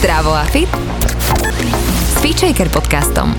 Zdravo a fit s FitShaker podcastom.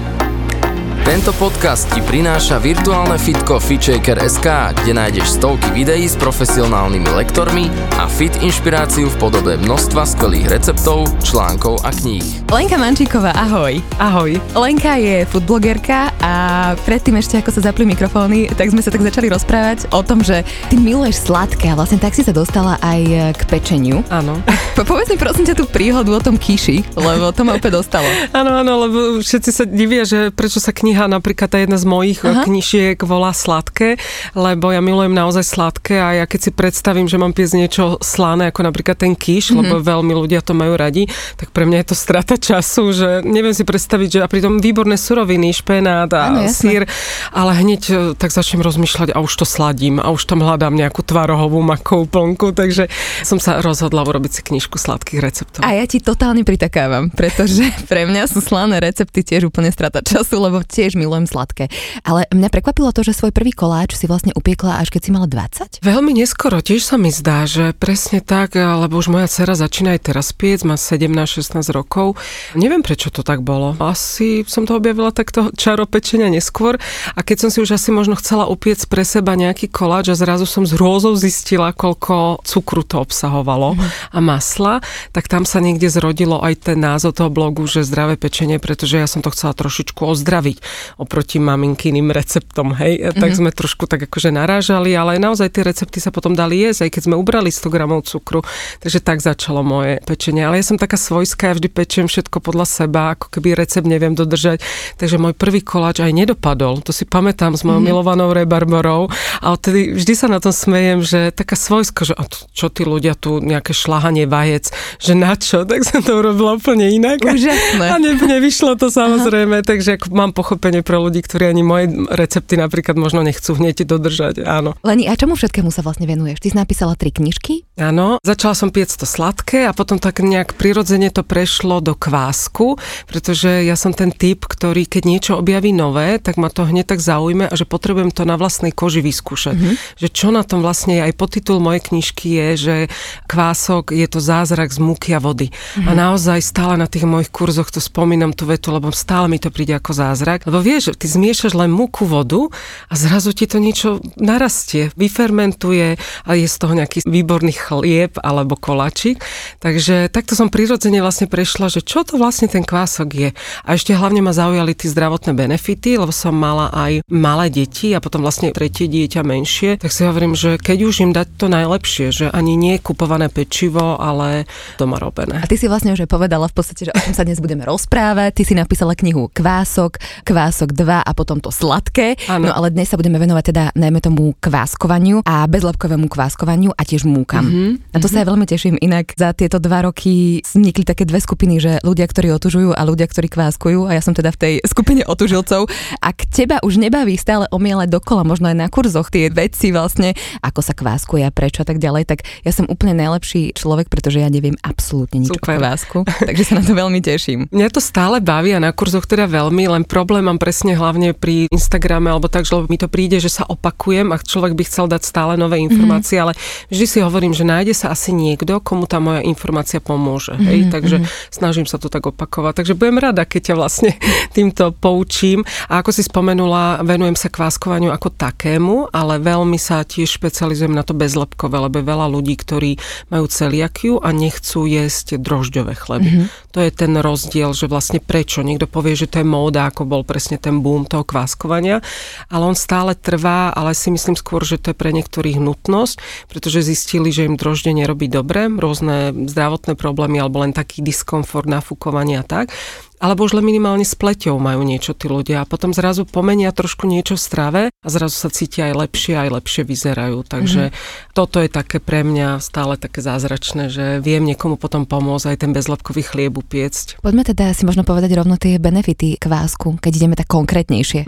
Tento podcast ti prináša virtuálne fitko FitShaker.sk, kde nájdeš stovky videí s profesionálnymi lektormi a fit inšpiráciu v podobe množstva skvelých receptov, článkov a kníh. Lenka Mančíková, ahoj. Ahoj. Lenka je foodblogerka a predtým ešte ako sa zapli mikrofóny, tak sme sa tak začali rozprávať o tom, že ty miluješ sladké a vlastne tak si sa dostala aj k pečeniu. Áno. Povedz mi prosím ťa tú príhodu o tom kiši, lebo to ma opäť dostalo. Áno, lebo všetci sa divia, že prečo sa kniha, napríklad tá jedna z mojich knižiek volá Sladké, lebo ja milujem naozaj sladké a ja keď si predstavím, že mám piesť niečo slané, ako napríklad ten kiš, lebo veľmi ľudia to majú radi, tak pre mňa je to strata času, že neviem si predstaviť, že a pritom výborné suroviny, špenát a syr, ale hneď tak začnem rozmýšľať a už to sladím a už tam hľadám nejakú tvarohovú makovú plnku, takže som sa rozhodla urobiť si knižku sladkých receptov. A ja ti totálne pritakávam, pretože pre mňa sú slané recepty tiež úplne strata času, lebo tiež milujem sladké. Ale mňa prekvapilo to, že svoj prvý koláč si vlastne upiekla až keď si mala 20? Veľmi neskoro, tiež sa mi zdá, že presne tak, lebo už moja dcera začína aj teraz piec, má 17-16 rokov. Neviem, prečo to tak bolo. Asi som to objavila takto čaro pečenia neskôr a keď som si už asi možno chcela upiec pre seba nejaký koláč a zrazu som s hrôzou zistila, koľko cukru to obsahovalo a masla, tak tam sa niekde zrodilo aj ten názov toho blogu, že zdravé pečenie, pretože ja som to chcela trošičku ozdraviť oproti maminkyným receptom, hej. Tak sme trošku tak akože narážali, ale naozaj tie recepty sa potom dali jesť, aj keď sme ubrali 100 gramov cukru. Takže tak začalo moje pečenie. Ale ja som taká svojská, ja vždy pečiem všetko podľa seba, ako keby recept neviem dodržať. Takže môj prvý koláč aj nedopadol. To si pamätám s mojou milovanou rebarbarou a odtedy vždy sa na tom smejem, že taká svojská, že čo tí ľudia tu nejaké šľahanie vajec, že na čo? Tak som to urobila úplne inak. Úžasné. A nevyšlo to samozrejme, takže mám pochopenie pre ľudí, ktorí ani moje recepty napríklad možno nechcú hneď dodržať, áno. Leni, a čomu všetkému sa vlastne venuješ? Ty si napísala 3 knižky? Áno, začala som piecť to sladké a potom tak nejak prirodzene to prešlo do kvásku, pretože ja som ten typ, ktorý keď niečo objaví nové, tak ma to hneď tak zaujme a že potrebujem to na vlastnej koži vyskúšať. Že čo na tom vlastne je, aj podtitul mojej knižky je, že kvások je to zázrak z múky a vody. A naozaj stále na tých mojich kurzoch to spomínam tú vetu, lebo stále mi to príde ako zázrak. Lebo vieš, ty zmiešaš len múku, vodu a zrazu ti to niečo narastie, vyfermentuje a je z toho nejaký výborný chlieb alebo koláčik. Takže takto som prirodzene vlastne prešla, že čo to vlastne ten kvások je. A ešte hlavne ma zaujali tie zdravotné benefity, lebo som mala aj malé deti a potom vlastne tretie dieťa menšie, tak si hovorím, že keď už im dať to najlepšie, že ani nie kupované pečivo, ale doma robené. A ty si vlastne už povedala v podstate, že o čom sa dnes budeme rozprávať. Ty si napísala knihu Kvások 2 a potom to sladké. Ano. No ale dnes sa budeme venovať teda najmä tomu kváskovaniu a bezlepkovému kváskovaniu a tiež múkam. Na to sa ja veľmi teším. Inak za tieto 2 roky vznikli také 2 skupiny, že ľudia, ktorí otužujú a ľudia, ktorí kváskujú a ja som teda v tej skupine otužilcov. Ak teba už nebaví stále omielať dokola, možno aj na kurzoch tie veci vlastne, ako sa kváskuje a prečo a tak ďalej, tak ja som úplne najlepší človek, pretože ja neviem absolútne nič o kvásku. Takže sa na to veľmi teším. Mňa to stále baví a na kurzoch teda veľmi, len problém mám presne hlavne pri Instagrame alebo tak, že mi to príde, že sa opakujem a človek by chcel dať stále nové informácie, ale vždy si hovorím, že nájde sa asi niekto, komu tá moja informácia pomôže. Hej? Takže snažím sa to tak opakovať. Takže budem rada, keď ťa vlastne týmto poučím. A ako si spomenula, venujem sa kváskovaniu ako takému, ale veľmi sa tiež špecializujem na to bezlepkové, lebo je veľa ľudí, ktorí majú celiakiu a nechcú jesť drožďové chleby. To je ten rozdiel, že vlastne prečo. Niekto povie, že to je móda, ako bol presne ten boom toho kváskovania, ale on stále trvá, ale si myslím skôr, že to je pre niektorých nutnosť, pretože zistili, že im droždie nerobí dobre, rôzne zdravotné problémy alebo len taký diskomfort, nafúkovanie a tak. Alebo už len minimálne s pleťou majú niečo tí ľudia a potom zrazu pomenia trošku niečo v strave a zrazu sa cítia aj lepšie vyzerajú. Takže toto je také pre mňa stále také zázračné, že viem niekomu potom pomôcť aj ten bezlepkový chlieb upiecť. Poďme teda si možno povedať rovno tie benefity kvásku, keď ideme tak konkrétnejšie.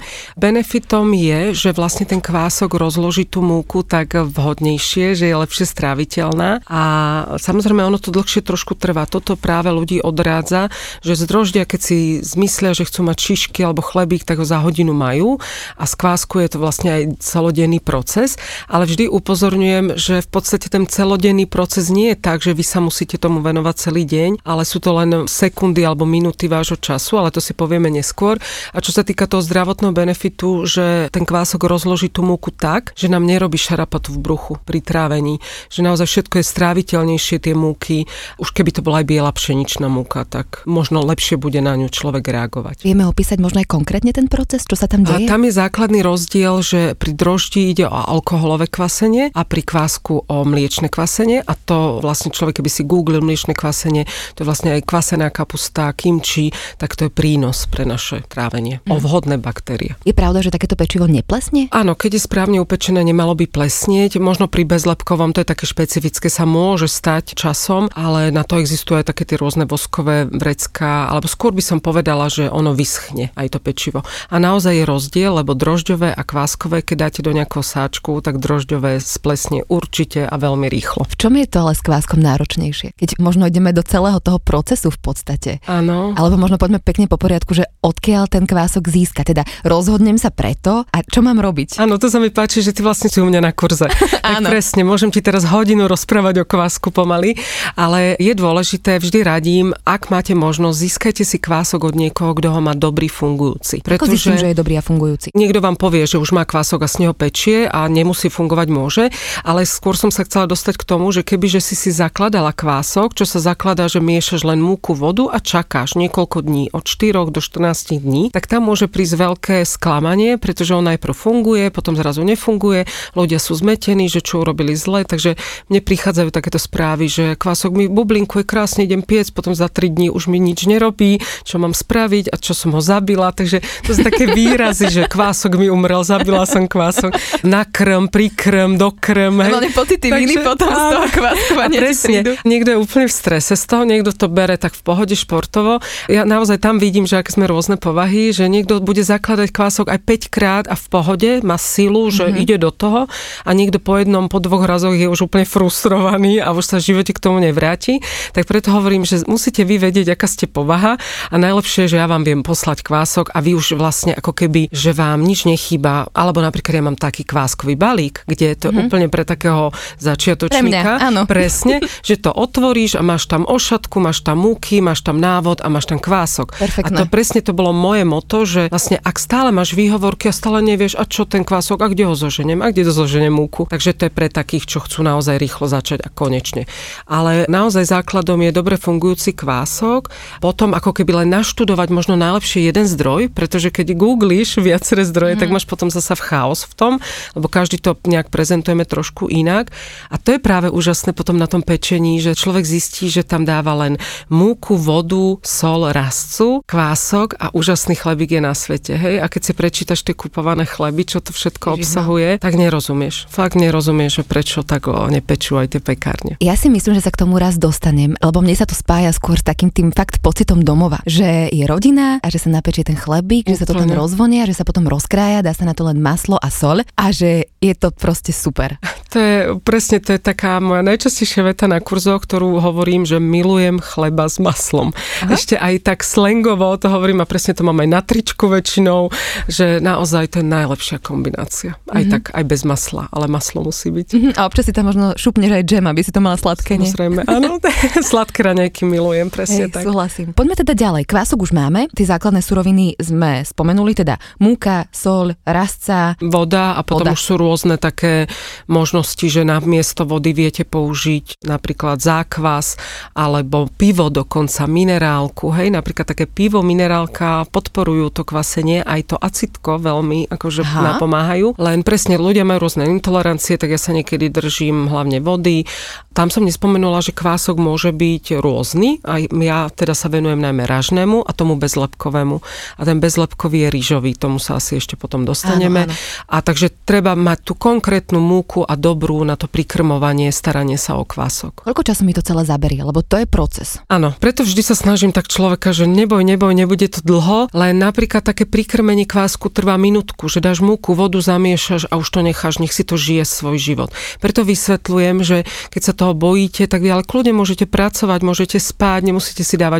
Benefitom je, že vlastne ten kvások rozloží tú múku tak vhodnejšie, že je lepšie stráviteľná a samozrejme ono to dlhšie trošku trvá. Toto práve ľudí odrádza, že z droždia, keď si zmyslia, že chcú mať šišky alebo chlebík, tak ho za hodinu majú a z kvásku je to vlastne aj celodenný proces, ale vždy upozorňujem, že v podstate ten celodenný proces nie je tak, že vy sa musíte tomu venovať celý deň, ale sú to len sekundy alebo minúty vášho času, ale to si povieme neskôr. A čo sa týka toho zdravotného benefitu, že ten kvások rozloží tú múku tak, že nám nerobí šarapatu v bruchu pri trávení, že naozaj všetko je stráviteľnejšie tie múky. Už keby to bola aj biela pšeničná múka, tak možno lepšie bude na ňu človek reagovať. Vieme opísať možno aj konkrétne ten proces, čo sa tam deje? A tam je základný rozdiel, že pri droždi ide o alkoholové kvasenie a pri kvásku o mliečne kvasenie a to vlastne človek, keby si googlil mliečne kvasenie, to je vlastne aj kvasená kapusta, kimči, tak to je prínos pre naše trávenie. O vhodné baktérie. Je pravda, že takéto pečivo neplesnie? Áno, keď je správne upečené, nemalo by plesnieť. Možno pri bezlepkovom, to je také špecifické, sa môže stať časom, ale na to existujú aj také tie rôzne voskové vrecká, alebo skôr by som povedala, že ono vyschne aj to pečivo. A naozaj je rozdiel, lebo drožďové a kváskové, keď dáte do nejakého sáčku, tak drožďové splesnie určite a veľmi rýchlo. V čom je to ale s kváskom náročnejšie? Keď možno ideme do celého toho procesu v podstate. Áno. Alebo možno poďme pekne po poriadku, že odkiaľ ten kvások získa. Teda rozhodnem sa preto a čo mám robiť? Áno, to sa mi páči, že ty vlastne si u mňa na kurze. Tak presne, môžem ti teraz hodinu rozprávať o kvásku pomaly, ale je dôležité, vždy radím, ak máte možnosť, získajte si kvások od niekoho, kto ho má dobrý fungujúci. Ako zistím, že je dobrý a fungujúci? Niekto vám povie, že už má kvások a z neho pečie a nemusí fungovať, môže, ale skôr som sa chcela dostať k tomu, že kebyže si zakladala kvások, čo sa zakladá, že miešaš len múku, vodu a čakáš niekoľko dní, od 4 do 14 dní, tak tam môže prísť veľké sklamanie, pretože on najprv funguje, potom zrazu nefunguje, ľudia sú zmetení, že čo urobili zle, takže mne prichádzajú takéto správy, že kvások mi bublinkuje krásne, idem piec, potom za 3 dní už mi nič nerobí, čo mám spraviť a čo som ho zabila, takže to sú také výrazy, že kvások mi umrel, zabila som kvások, nakrm, prikrm, dokrm. Hej. Pocity viny potom z toho kváskovania. Presne, niekto je úplne v strese z toho, niekto to bere tak v pohode športovo. Ja naozaj tam vidím, že aké sme rôzne povahy, že niekto bude zakladať kvások aj 5 krát a v pohode, má silu, že ide do toho a niekto po 2 razoch je už úplne frustrovaný a už sa v živote k tomu nevráti. Tak preto hovorím, že musíte vy vedieť, aká ste povaha a najlepšie, že ja vám viem poslať kvások a vy už vlastne ako keby, že vám nič nechýba, alebo napríklad ja mám taký kváskový balík, kde je to úplne pre takého začiatočníka. Pre mňa, áno. Presne, že to otvoríš a máš tam ošatku, máš tam múky, máš tam návod a máš tam kvások. Perfektné. A to presne to bolo moje moto, že vlastne ak stále máš výhovorky a stále nevieš, a čo ten kvások, a kde ho zoženiem, a kde zoženiem múku. Takže to je pre takých, čo chcú naozaj rýchlo začať a konečne. Ale naozaj základom je dobre fungujúci kvások, potom ako keby len naštudovať možno najlepšie jeden zdroj, pretože keď googlíš viaceré zdroje, tak máš potom zasa v chaos v tom, lebo každý to nejak prezentujeme trošku inak. A to je práve úžasné potom na tom pečení, že človek zistí, že tam dáva len múku, vodu, sol, rastcu, kvások a úžasný chlebík je na svete. Hej? A keď si prečítaš tie kupované chleby, čo to všetko obsahuje, tak nerozumieš. Fakt nerozumieš, že prečo tak nepečú aj tie pekárne. Ja si myslím, že sa k tomu raz dostanem, lebo mne sa to spája skôr s takým tým fakt pocitom domova, že je rodina a že sa napečie ten chlebík, že sa to tam rozvonia, že sa potom rozkrája, dá sa na to len maslo a soľ a že je to proste super. To je presne, to je taká moja najčastejšia veta na kurzoch, ktorú hovorím, že milujem chleba s maslom. Aha. Ešte aj tak slangovo to hovorím a presne to mám aj na tričku väčšinou, že naozaj to je najlepšia kombinácia. Aj tak, aj bez masla, ale maslo musí byť. A občas si tam možno šupneš aj džem, aby si to mala sladké. Samozrejme, áno, sladké raňajky milujem, presne tak. Súhlasím. Poďme teda ďalej. Kvások už máme, tie základné suroviny sme spomenuli, teda múka, soľ, rastca, voda a potom už sú rôzne také možnosti, že na miesto vody viete použiť napríklad zákvas alebo pivo, dokonca minerálku, hej, napríklad také pivo, minerálka podporujú to kvasenie, aj to acitko veľmi akože napomáhajú, len presne ľudia majú rôzne intolerancie, tak ja sa niekedy držím hlavne vody. Tam som nespomenula, že kvások môže byť rôzny, aj ja teda sa venujem najmä ražnému a tomu bezlepkovému. A ten bezlepkový je rýžový, tomu sa asi ešte potom dostaneme. Áno. A takže treba mať tú konkrétnu múku a dobrú na to prikrmovanie, staranie sa o kvások. Koľko času mi to celé zaberie, lebo to je proces. Áno, preto vždy sa snažím tak človeka, že neboj, nebude to dlho, len napríklad také prikrmenie kvásku trvá minútku, že dáš múku, vodu zamiešaš a už to necháš, nech si to žije svoj život. Preto vysvetľujem, že keď sa toho bojíte, tak vy ale kľudne môžete pracovať, môžete spať, nemusíte si dávať budík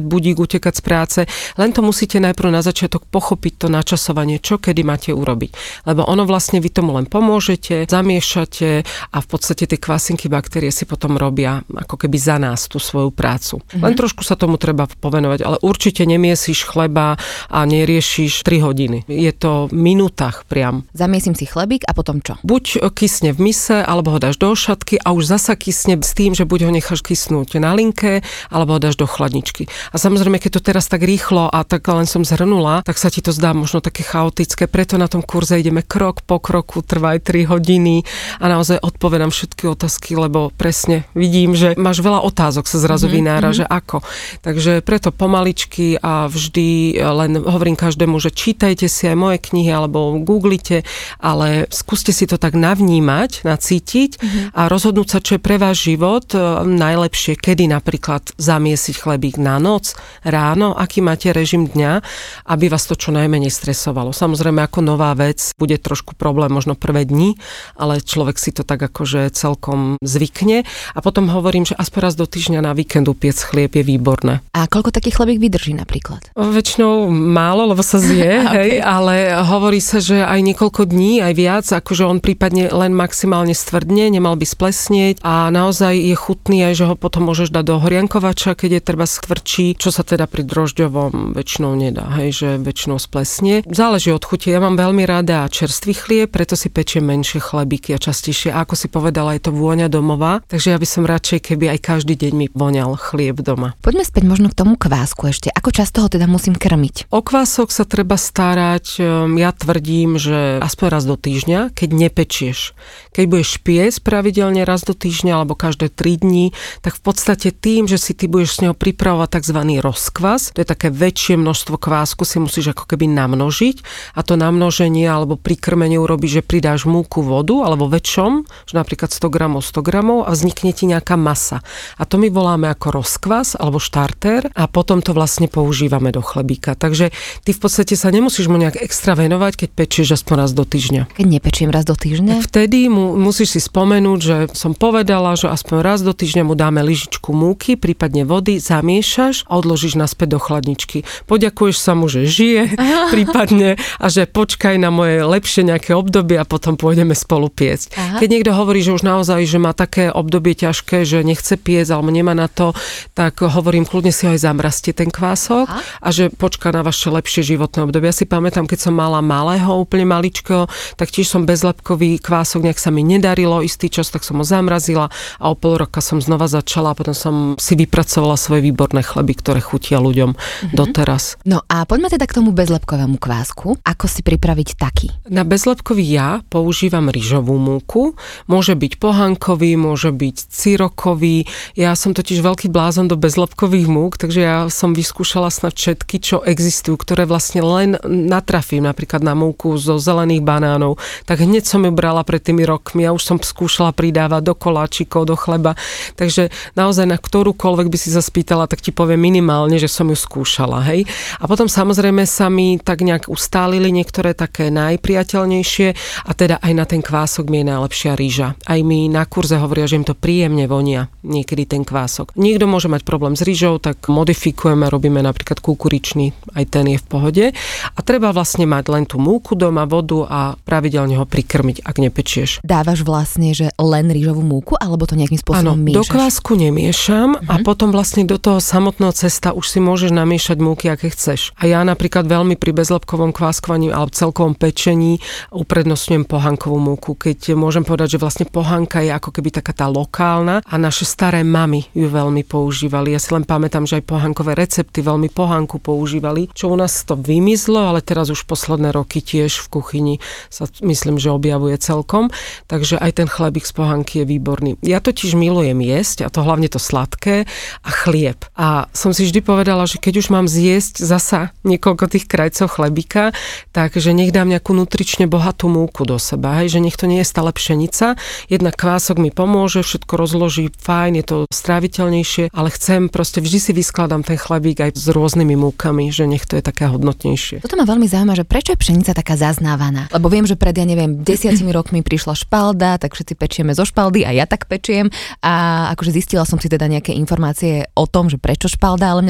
utekať z práce. Len to musíte najprv na začiatok pochopiť to načasovanie, čo kedy máte urobiť. Lebo ono vlastne vy tomu len pomôžete, zamiešate a v podstate tie kvasinky, baktérie si potom robia ako keby za nás tú svoju prácu. Len trošku sa tomu treba povenovať, ale určite nemiesíš chleba a neriešiš 3 hodiny. Je to v minútach priam. Zamiesím si chlebík a potom čo? Buď kysne v mise, alebo ho dáš do šatky a už zasa kysne s tým, že buď ho necháš kysnúť na linke, alebo ho dáš do chladničky. A samozrejme, keď to teraz tak rýchlo a tak len som zhrnula, tak sa ti to zdá možno také chaotické, preto na tom kurze ideme krok po kroku, trvá aj 3 hodiny a naozaj odpovedám všetky otázky, lebo presne vidím, že máš veľa otázok, sa zrazu vynára, že ako. Takže preto pomaličky a vždy len hovorím každému, že čítajte si aj moje knihy alebo googlite, ale skúste si to tak navnímať, nacítiť a rozhodnúť sa, čo je pre váš život najlepšie, kedy napríklad zamiesiť chlebík na noc, ráno, aký máte režim dňa, aby vás to čo najmenej stresovalo. Samozrejme, ako nová vec, bude trošku problém možno prvé dni, ale človek si to tak akože celkom zvykne a potom hovorím, že aspoň raz do týždňa na víkendu piec chlieb je výborné. A koľko taký chlebík vydrží napríklad? Väčšinou málo, lebo sa zje, hej, ale hovorí sa, že aj niekoľko dní, aj viac, akože on prípadne len maximálne stvrdne, nemal by splesnieť a naozaj je chutný aj, že ho potom môžeš dať do horiankovača, keď je treba stvrdčí, čo sa teda pri drožďovom väčšinou nedá, hej, že väčšinou splesnie. Záleží od chute. Ja mám veľmi rada čerstvý chlieb, preto si pečiem menšie chlebíky a častejšie. A ako si povedala, je to vôňa domová, takže ja by som radšej, keby aj každý deň mi voňal chlieb doma. Poďme späť možno k tomu kvásku ešte. Ako často ho teda musím krmiť? O kvások sa treba starať, ja tvrdím, že aspoň raz do týždňa, keď nepečieš. Keď budeš piesť pravidelne raz do týždňa alebo každé 3 dní, tak v podstate tým, že si ty budeš z neho pripravovať tzv. Rozkvas, to je také väčšie množstvo kvásku, si musíš ako keby namnožiť a to namnoženie alebo pri krmení urobíš, že pridáš múku, vodu alebo väčšom, že napríklad 100 gramov, 100 gramov a vznikne ti nejaká masa. A to my voláme ako rozkvas alebo štartér a potom to vlastne používame do chlebíka. Takže ty v podstate sa nemusíš mu nejak extra venovať, keď pečieš aspoň raz do týždňa. Keď nepečiem raz do týždňa? Tak vtedy musíš si spomenúť, že som povedala, že aspoň raz do týždňa mu dáme lyžičku múky, prípadne vody, zamiešaš a odložíš naspäť do chladničky. Poďakuješ sa mu, že žije, prípadne a že počkaj na moje lepšie nejaké obdobie a potom pôjdeme spolu piecť. Keď niekto hovorí, že už naozaj, že má také obdobie ťažké, že nechce piecť alebo nemá na to, tak hovorím, kľudne si ho aj zamrazte ten kvások a že počká na vaše lepšie životné obdobie. Ja si pamätám, keď som mala malého, úplne maličko, tak tiež som bezlepkový kvások, nejak sa mi nedarilo istý čas, tak som ho zamrazila a o pol roka som znova začala a potom som si vypracovala svoje výborné chleby, ktoré chutia ľuďom doteraz. No a poďme teda k tomu bezlepkovému kvásku. Ako si pripraviť taký? Na bezlepkový ja používam ryžovú múku. Môže byť pohankový, môže byť cirokový. Ja som totiž veľký blázon do bezlepkových múk, takže ja som vyskúšala snad všetky, čo existujú, ktoré vlastne len natrafím, napríklad na múku zo zelených banánov. Tak hneď som ju brala pred tými rokmi a už som skúšala pridávať do koláčikov, do chleba. Takže naozaj na ktorúkoľvek by si sa spýtala, tak ti poviem minimálne, že som ju skúšala, hej. A potom samozrejme sa mi tak nejak ustálili niektoré také najpriateľnejšie a teda aj na ten kvások mi je najlepšia rýža. Aj mi na kurze hovoria, že im to príjemne vonia niekedy ten kvások. Niekto môže mať problém s rýžou, tak modifikujeme, robíme napríklad kukuričný, aj ten je v pohode. A treba vlastne mať len tú múku doma, vodu a pravidelne ho prikrmiť, ak nepečieš. Dávaš vlastne, že len rýžovú múku, alebo to nejakým spôsobom miešaš? Do kvásku nemiešam a potom vlastne do toho samotného cesta už si môžeš namiešať múky, aké chceš. A ja napríklad veľmi pri bezlepkovom kváskovaní alebo celkovom pečení uprednostňujem pohankovú múku, keď môžem povedať, že vlastne pohanka je ako keby taká tá lokálna a naše staré mamy ju veľmi používali. Ja si len pamätám, že aj pohankové recepty veľmi pohanku používali, čo u nás to vymizlo, ale teraz už posledné roky tiež v kuchyni sa myslím, že objavuje celkom. Takže aj ten chlebík z pohanky je výborný. Ja totiž milujem jesť, a to hlavne to sladké a chlieb. A som si vždy povedala, že keď už mám zjesť zasa niekoľko tých krajcov chlebíka, takže nech dám nejakú nutrične bohatú múku do seba, hej, že nech to nie je stále pšenica. Jednak kvások mi pomôže, všetko rozloží, fajn, je to stráviteľnejšie, ale chcem proste vždy si vyskladám ten chlebík aj s rôznymi múkami, že nech to je také hodnotnejšie. Toto ma veľmi zaujíma, že prečo je pšenica taká zaznávaná? Lebo viem, že pred 10 rokmi prišla špalda, tak všetci pečieme zo špaldy a ja tak pečiem a akože zistila som si teda nejaké informácie o tom, že prečo špalda, ale mňa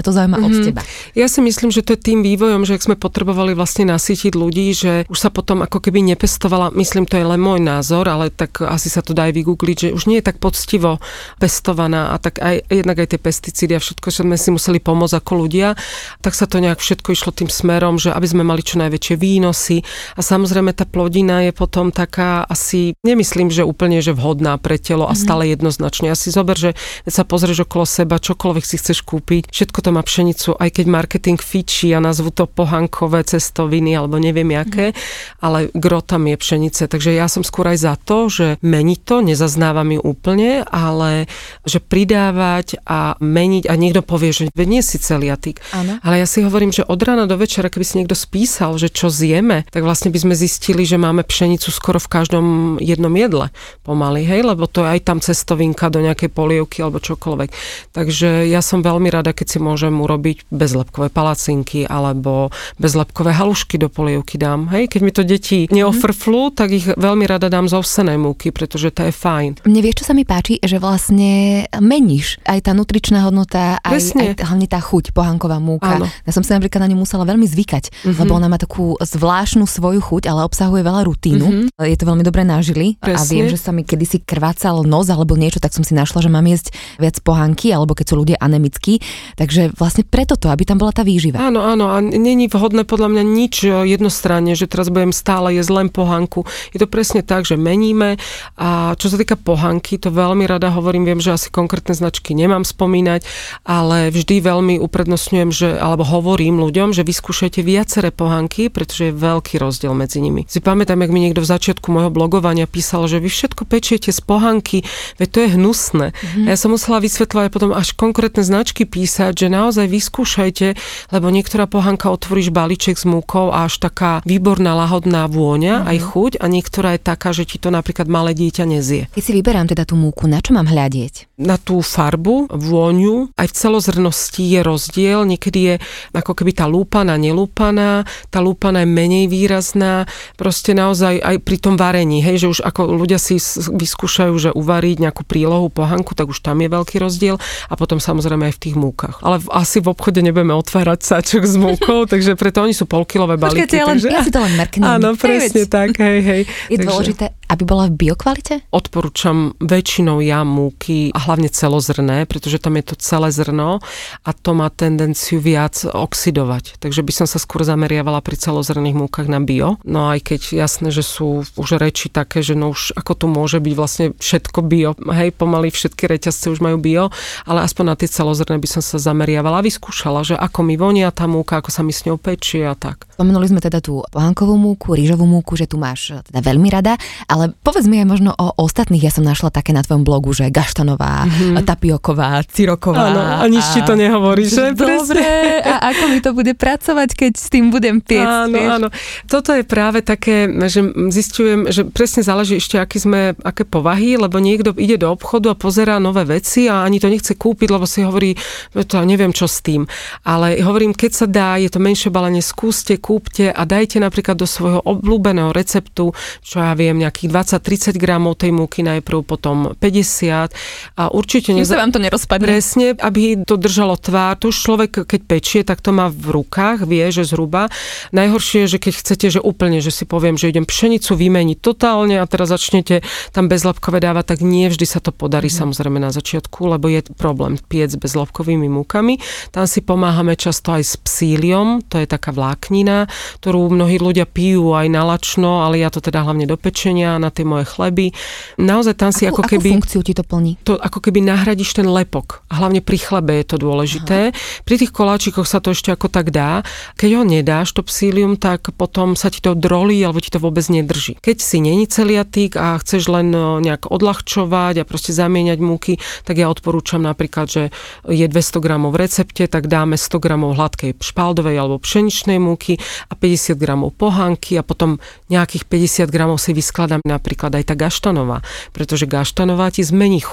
mňa to zaujíma od teba. Ja si myslím, že to je tým vývojom, že ak sme potrebovali vlastne nasýtiť ľudí, že už sa potom ako keby nepestovala, myslím, to je len môj názor, ale tak asi sa to dá aj vygoogliť, že už nie je tak poctivo pestovaná a tak aj jednak aj tie pesticídy a všetko, že sme si museli pomôcť ako ľudia, tak sa to nejak všetko išlo tým smerom, že aby sme mali čo najväčšie výnosy a samozrejme tá plodina je potom taká asi, nemyslím, že úplne že vhodná pre telo a stále jednoznačne. Ja si zober, že keď sa pozrieš okolo seba, čokoľvek si chceš kúpiť, všetko to má pšenicu, aj keď marketing fičí a nazvu to pohankové cestoviny alebo neviem jaké, ale gro tam je pšenice. Takže ja som skôr aj za to, že meniť to, nezaznávam ju úplne, ale že pridávať a meniť a niekto povie, že nie si celiatik. Ale ja si hovorím, že od rána do večera, keby si niekto spísal, že čo zjeme, tak vlastne by sme zistili, že máme pšenicu skoro v každom jednom jedle pomaly, hej, lebo to je aj tam cestovinka do nejakej polievky alebo čokoľvek. Takže ja som veľmi rada, keď si môžem urobiť bezlepkové palacinky alebo bezlepkové halušky do polievky dám, hej, keď mi to deti neofrflú, tak ich veľmi rada dám z ovsenej múky, pretože to je fajn. Mne vieš, čo sa mi páči, že vlastne meníš aj tá nutričná hodnota, aj hlavne tá chuť, pohanková múka. Áno. Ja som si napríklad na ňu musela veľmi zvykať, lebo ona má takú zvláštnu svoju chuť, ale obsahuje veľa rutínu. Je to veľmi dobre nážili a viem, že sa mi kedysi krvácal nos alebo niečo, tak som si našla, že mám jesť viac pohanky, alebo keď sú ľudia anemickí. Takže vlastne preto to, aby tam bola tá výživa. Áno, a není vhodné podľa mňa nič jednostranne, že teraz budem stále jesť len pohanku. Je to presne tak, že meníme a čo sa týka pohanky, to veľmi rada hovorím, viem, že asi konkrétne značky nemám spomínať, ale vždy veľmi uprednostňujem, alebo hovorím ľuďom, že vyskúšajte viaceré pohanky, pretože je veľký rozdiel medzi nimi. Si pamätám, jak mi niekto v začiatku môjho blogovania písal, že vy všetko pečiete z pohanky, veď to je hnusné. A ja som musela vysvetľovať potom až konkrétne značky písať, že naozaj vyskúšajte, lebo niektorá pohanka otvoríš balíček s múkou a až taká výborná lahodná vôňa, aj chuť, a niektorá je taká, že ti to napríklad malé dieťa nezie. Keď si vyberám teda tú múku, na čo mám hľadieť? Na tú farbu, vôňu, aj v celozrnosti je rozdiel, niekedy je ako keby tá lúpaná, nelúpaná, tá lúpaná je menej výrazná, proste naozaj aj pri tom varení, hej, že už ako ľudia si vyskúšajú, že uvariť nejakú prílohu pohanku, tak už tam je veľký rozdiel a potom samozrejme aj v tých múkach. Ale asi v obchode nebudeme otvárať sáčok s múkou, takže preto oni sú polkilové balíky. Počkajte, ja si to len mrknem. Áno, presne tak, hej. Je dôležité, aby bola v biokvalite? Odporúčam väčšinou múky a hlavne celozrné, pretože tam je to celé zrno a to má tendenciu viac oxidovať. Takže by som sa skôr zameriavala pri celozrných múkach na bio. No aj keď jasné, že sú už reči také, že no už ako tu môže byť vlastne všetko bio. Hej, pomaly všetky reťazce už majú bio, ale aspoň na tie celozrné by som sa zameriavala a vyskúšala, že ako mi vonia tá múka, ako sa mi s ňou pečie a tak. Spomenuli sme teda tú pohankovú múku, rýžovú múku, že tu máš teda veľmi rada, ale povedz mi aj možno o ostatných. Ja som našla také na tvojom blogu, že gaštanová, tapioková, ciroková. Áno, a nič ti to nehovorí, že? Dobre, a ako mi to bude pracovať, keď s tým budem piecť? Áno. Toto je práve také, že zistujem, že presne záleží ešte, aké povahy, lebo niekto ide do obchodu a pozerá nové veci a ani to nechce kúpiť, lebo si hovorí, to neviem čo s tým. Ale hovorím, keď sa dá, je to menšie balenie, skúste, kúpte a dajte napríklad do svojho obľúbeného receptu, čo ja viem, nejakých 20-30 gramov tej múky najprv, potom 50 a určite sa vám to nerozpadne. Presne, aby to držalo tvár. Tu už človek, keď pečie, tak to má v rukách, vie, že zhruba. Najhoršie je, že keď chcete, že úplne, že si poviem, že idem pšenicu vymeniť totálne a teraz začnete tam bezlepkové dávať, tak nie vždy sa to podarí samozrejme na začiatku, lebo je problém piec bezlepkovými múkami. Tam si pomáhame často aj s psíliom, to je taká vláknina, ktorú mnohí ľudia pijú aj na lačno, ale ja to teda hlavne do pečenia, na tie moje chleby. Naozaj tam si ako keby... Akú funkciu ti to plní? To ako keby nahradíš ten lepok. A hlavne pri chlebe je to dôležité. Pri tých koláčikoch sa to ešte ako tak dá. Keď ho nedáš, to psílium, tak potom sa ti to drolí, alebo ti to vôbec nedrží. Keď si není celiatík a chceš len nejak odľahčovať a proste zamieňať múky, tak ja odporúčam napríklad, že je 200 gramov v recepte, tak dáme 100 gramov hladkej špaldovej alebo pšeničnej múky a 50 gramov pohanky a potom nejakých 50 gramov si vyskladám napríklad aj tá gaštanová, pretože gaštanová ti zmení chuť.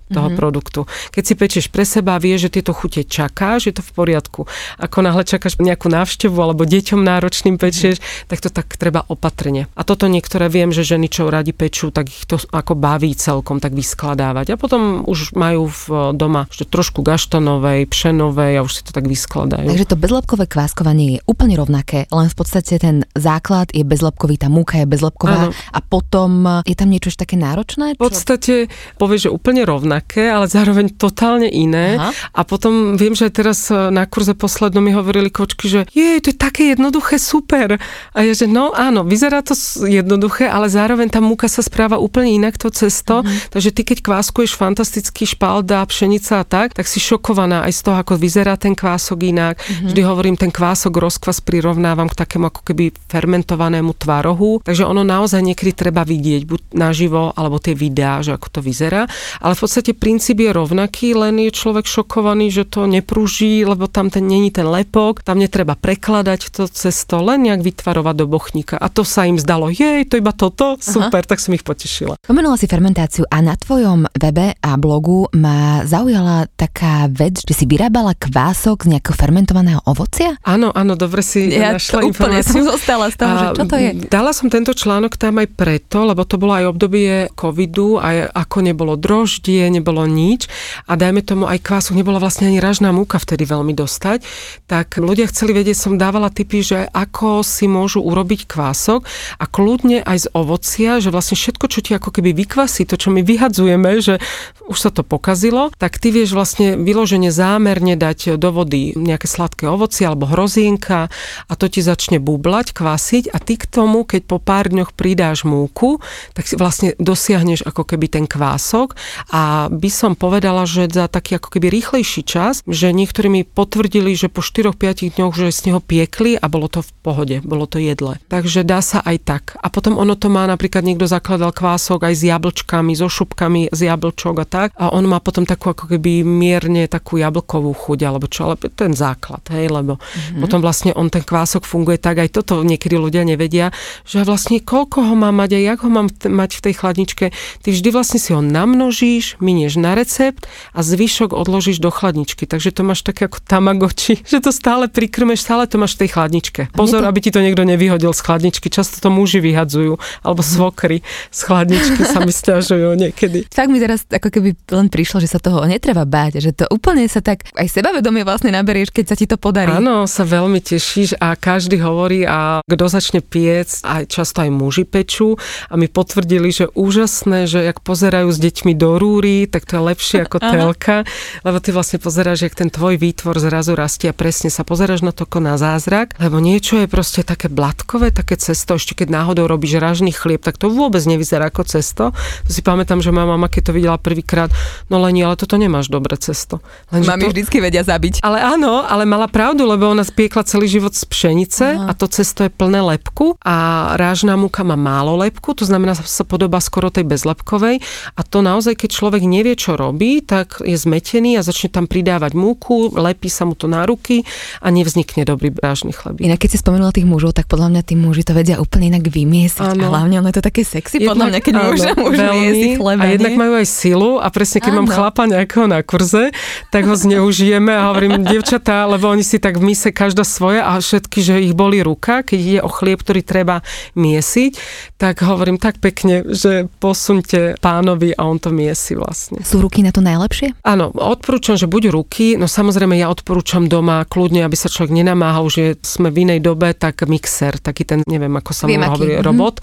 toho produktu. Keď si pečeš pre seba, vieš, že tieto chute čakáš, je to v poriadku. Ako náhle čakáš nejakú návštevu alebo deťom náročným pečieš, tak to tak treba opatrne. A toto niektoré viem, že ženy, čo radi pečú, tak ich to ako baví celkom tak vyskladávať. A potom už majú doma trošku gaštanovej, pšenovej a už si to tak vyskladajú. Takže to bezlepkové kváskovanie je úplne rovnaké, len v podstate ten základ je bezlepkový, tá múka je bezlepková a potom je tam niečo ešte také náročné? V podstate povieš, že úplne rovnaké, ale zároveň totálne iné. Aha. A potom viem, že teraz na kurze poslednom mi hovorili kočky, že to je také jednoduché, super. A ja, že no áno, vyzerá to jednoduché, ale zároveň tá múka sa správa úplne inak, to cesto. Takže ty, keď kváskuješ fantastický špalda, pšenica a tak si šokovaná aj z toho, ako vyzerá ten kvások inak. Vždy hovorím, ten kvások rozkvas prirovnávam k takému ako keby fermentovanému tvarohu. Takže ono naozaj niekedy treba vidieť, buď naživo, alebo tie videá, že ako to vyzerá. Ale v podstate princíp je rovnaký, len je človek šokovaný, že to nepruží, lebo tam není ten lepok, tam netreba prekladať to cesto, len nejak vytvarovať do bochníka. A to sa im zdalo, to iba toto, super, tak som ich potešila. Spomenula si fermentáciu a na tvojom webe a blogu ma zaujala taká vec, že si vyrábala kvások z nejakého fermentovaného ovocia? Áno, dobre si našla informáciu. Ja som zostala z toho, že čo to je? Dala som tento článok tam aj preto, lebo to bolo aj obdobie covidu, aj ako nebolo droždie, nebolo nič a dajme tomu aj kvások, nebola vlastne ani ražná múka vtedy veľmi dostať, tak ľudia chceli vedieť, som dávala tipy, že ako si môžu urobiť kvások a kľudne aj z ovocia, že vlastne všetko, čo ti ako keby vykvasí, to, čo my vyhadzujeme, že už sa to pokazilo, tak ty vieš vlastne vyložene zámerne dať do vody nejaké sladké ovocie alebo hrozienka a to ti začne bublať, kvasiť a ty k tomu, keď po pár dňoch pridáš múku, tak si vlastne dosiahneš ako keby ten kvások a by som povedala, že za taký ako keby rýchlejší čas, že niektorí mi potvrdili, že po 4-5 dňoch, že z neho piekli a bolo to v pohode, bolo to jedle. Takže dá sa aj tak. A potom ono to má, napríklad niekto zakladal kvások aj s jablčkami, so šupkami z jablčok a tak a on má potom takú ako keby mierne takú jablkovú chuť alebo čo, ale ten základ, lebo potom vlastne on ten kvások funguje tak, aj toto niekedy ľudia nevedia, že vlastne koľko ho má mať a jak ho mám mať v tej chladničke. Ty vždy vlastne si ho namnožíš, minieš na recept a zvyšok odložíš do chladničky. Takže to máš také ako tamagotchi, že to stále prikrmeš, stále to máš v tej chladničke. Pozor, aby ti to niekto nevyhodil z chladničky. Často to muži vyhadzujú, alebo svokry z chladničky sa mi sťažujú niekedy. Tak mi teraz ako keby len prišlo, že sa toho netreba báť, že to úplne sa tak aj sebavedomie vlastne naberieš, keď sa ti to podarí. Áno, sa veľmi tešíš a každý hovorí a kto začne piec, aj často aj muži pečú a mi potvrdili, že úžasné, že jak pozerajú s deťmi do rúry, tak to je lepšie ako telka, lebo ty vlastne pozeráš, jak ten tvoj výtvor zrazu rastie a presne sa pozeráš na to ako na zázrak, lebo niečo je proste také blatkové, také cesto, ešte keď náhodou robíš ražný chlieb, tak to vôbec nevyzerá ako cesto. To si pamätám, že moja mama, keď to videla prvýkrát, no Leni, ale toto nemáš dobré cesto. Mami vždycky vedia zabiť. Ale áno, ale mala pravdu, lebo ona spiekla celý život z pšenice a to cesto je plné lepku a rážna múka má málo lepku, to znamená, sa podobá skoro tej bezlepkovej a to naozaj, keď človek nevie, čo robí, tak je zmetený a začne tam pridávať múku, lepí sa mu to na ruky a nevznikne dobrý rážny chlebík. Inak keď si spomenula tých mužov, tak podľa mňa tí muži to vedia úplne inak vymiesiť. A hlavne ono je to také sexy, podľa mňa, keď muž miesi chleba. A jednak majú aj silu a presne keď mám chlapa nejakého na kurze, tak ho zneužijeme a hovorím, dievčatá, lebo oni si tak v mise každá svoje a všetky, že ich bolí ruka, keď ide o chlieb, ktorý treba miesiť, tak hovorím tak pekne, že posuňte pánovi a on to miesi vlastne. Sú ruky na to najlepšie? Áno, odporúčam, že buď ruky, no samozrejme ja odporúčam doma kľudne, aby sa človek nenamáhal, že sme v inej dobe, tak mixer, taký ten, neviem, ako sa mu hovorí, robot.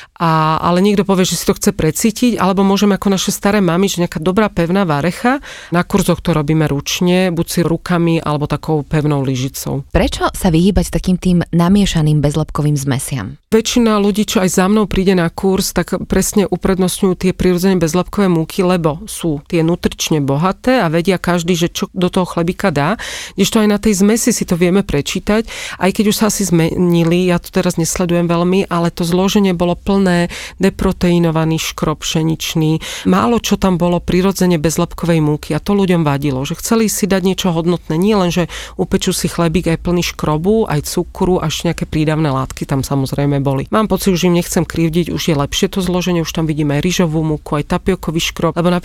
Ale niekto povie, že si to chce precítiť, alebo môžeme ako naše staré mamy, že nejaká dobrá pevná varecha. Na kurzoch to robíme ručne, buď si rukami, alebo takou pevnou lyžicou. Prečo sa vyhýbať takým tým namiešaným bezlepkovým zmesiam? Väčšina ľudí, čo aj za mnou príde na kurz, tak presne uprednostňujú tie prirodzené bezlepkové múky, lebo sú tie nutrične bohaté a vedia každý, že čo do toho chlebíka dá. Kdežto aj na tej zmesi si to vieme prečítať, aj keď už sa asi zmenili, ja to teraz nesledujem veľmi, ale to zloženie bolo plné deproteinovaný škrob pšeničný. Málo čo tam bolo prirodzene bezlepkovej múky a to ľuďom vadilo, že chceli si dať niečo hodnotné, nie len, že upečú si chlebík aj plný škrobu, aj cukru, až nejaké prídavné látky tam samozrejme boli. Mám pocit, že im nechcem krivdiť, už je lepšie to zloženie, už tam vidíme aj ryžovú múku, aj tapiokový škrob, lebo napríklad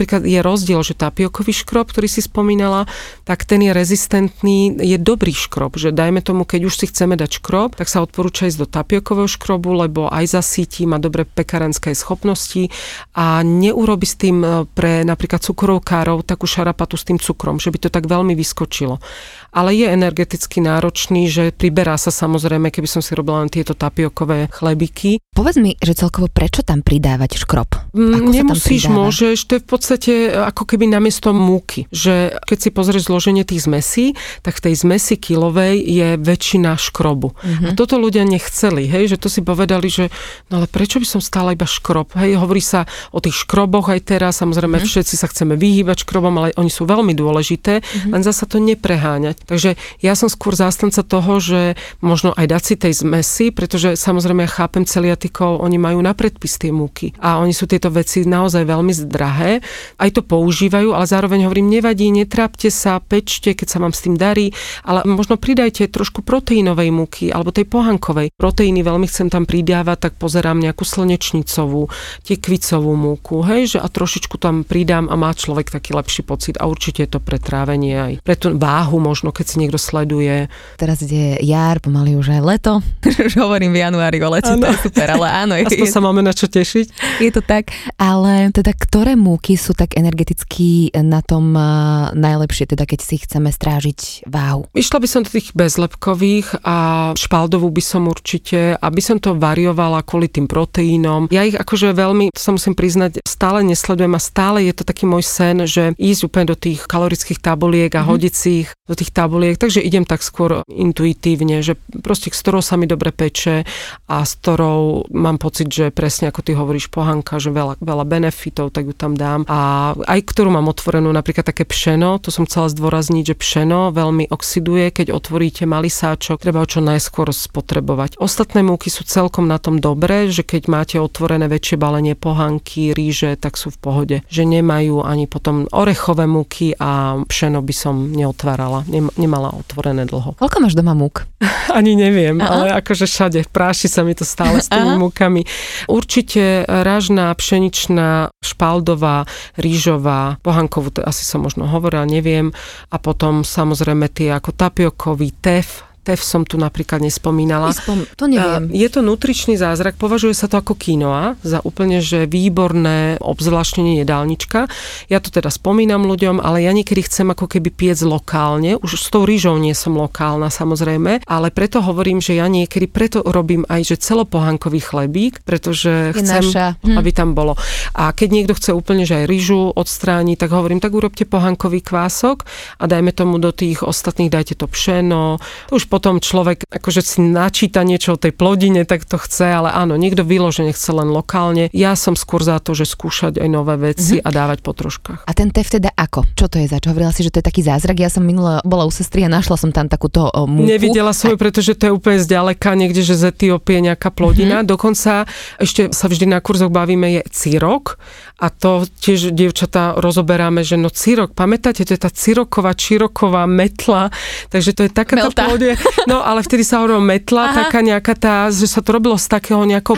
napríklad je rozdiel, že tapiokový škrob, ktorý si spomínala, tak ten je rezistentný, je dobrý škrob, že dajme tomu, keď už si chceme dať škrob, tak sa odporúča ísť do tapiokového škrobu, lebo aj zasíti, má dobré pekárenské schopnosti a neurobi s tým pre napríklad cukrovkárov takú šarapatu s tým cukrom, že by to tak veľmi vyskočilo. Ale je energeticky náročný, že priberá sa samozrejme, keby som si robila len tieto tapiokové chlebiky. Povedz mi, že celkovo prečo tam pridávať škrob? Nemusíš, môžeš, to je v podstate ako keby namiesto múky. Že keď si pozrieš zloženie tých zmesí, tak v tej zmesi kilovej je väčšina škrobu. A toto ľudia nechceli, hej, že to si povedali, že no ale prečo by som stála iba škrob? Hej, hovorí sa o tých škroboch aj teraz, samozrejme všetci sa chceme vyhýbať škrobom, ale oni sú veľmi dôležité, len zasa to nepreháňať. Takže ja som skôr zástanca toho, že možno aj dať si tej zmesi, pretože samozrejme ja chápem celiatikov, oni majú na predpis tie múky a oni sú tieto veci naozaj veľmi drahé. Aj to používajú, ale zároveň hovorím, nevadí, netrápte sa, pečte, keď sa vám s tým darí, ale možno pridajte trošku proteínovej múky alebo tej pohankovej. Proteíny veľmi chcem tam pridávať, tak pozerám nejakú slnečnicovú, tekvicovú múku, hej, že a trošičku tam pridám a má človek taký lepší pocit a určite je to pre trávenie aj pre tú váhu možno, keď si niekto sleduje. Teraz je jar, pomaly už aj leto. Už hovorím v januári o lete, to je super, ale áno. Aspoň sa máme na čo tešiť. Je to tak, ale teda ktoré múky sú tak energeticky na tom najlepšie, teda keď si chceme strážiť váhu? Išla by som do tých bezlepkových a špaldovú by som určite, aby som to variovala kvôli tým proteínom. Ja ich akože veľmi, to sa musím priznať, stále nesledujem a stále je to taký môj sen, že ísť úplne do tých kalorických tabuliek a hodiť si ich do tých tabuliek, takže idem tak skôr intuitívne, že proste s ktorou sa mi dobre peče a s ktorou mám pocit, že presne ako ty hovoríš pohanka, že veľa benefitov, tak ju tam dám. A aj ktorú mám otvorenú, napríklad také pšeno, to som chcela zdôrazniť, že pšeno veľmi oxiduje, keď otvoríte malý sáčok, treba ho čo najskôr spotrebovať. Ostatné múky sú celkom na tom dobré, že keď máte otvorené väčšie balenie pohanky, ríže, tak sú v pohode. Že nemajú ani potom orechové múky a pšeno by som neotvárala. Nemala otvorené dlho. Koľko máš doma múk? Ani neviem, ale akože všade. Práši sa mi to stále s tými múkami. Určite ražná, pšeničná, špaldová, rýžová, pohankovú, to asi som možno hovorila, neviem. A potom samozrejme tie ako tapiokový, TEF som tu napríklad nespomínala. To neviem. Je to nutričný zázrak, považuje sa to ako quinoa za úplne, že výborné obzvláštnenie jedálnička. Ja to teda spomínam ľuďom, ale ja niekedy chcem ako keby piec lokálne. Už s tou rýžou nie som lokálna samozrejme, ale preto hovorím, že ja niekedy preto robím aj, že celopohankový chlebík, pretože chcem, aby tam bolo. A keď niekto chce úplne, že aj rýžu odstrániť, tak hovorím, tak urobte pohankový kvások a dajme tomu do tých ostatných, dajte to pšeno. To už potom človek akože si načíta niečo o tej plodine, tak to chce, ale áno, niekto vyložene chce len lokálne. Ja som skôr za to, že skúšať aj nové veci a dávať po troškách. A ten TEF teda ako? Čo to je zač? Hovorila si, že to je taký zázrak. Ja som minule bola u sestry a našla som tam takúto múku. Nevidela som ju, pretože to je úplne zďaleka, niekde, že z Etiópie nejaká plodina. Dokonca ešte sa vždy na kurzoch bavíme je cirok a to tiež dievčatá rozoberáme, že no cirok, pamätáte, to je tá ciroková, čiroková metla, takže to je taká tá plodina. No, ale vtedy sa hovorilo metla, taká nejaká tá, že sa to robilo z takého nejakého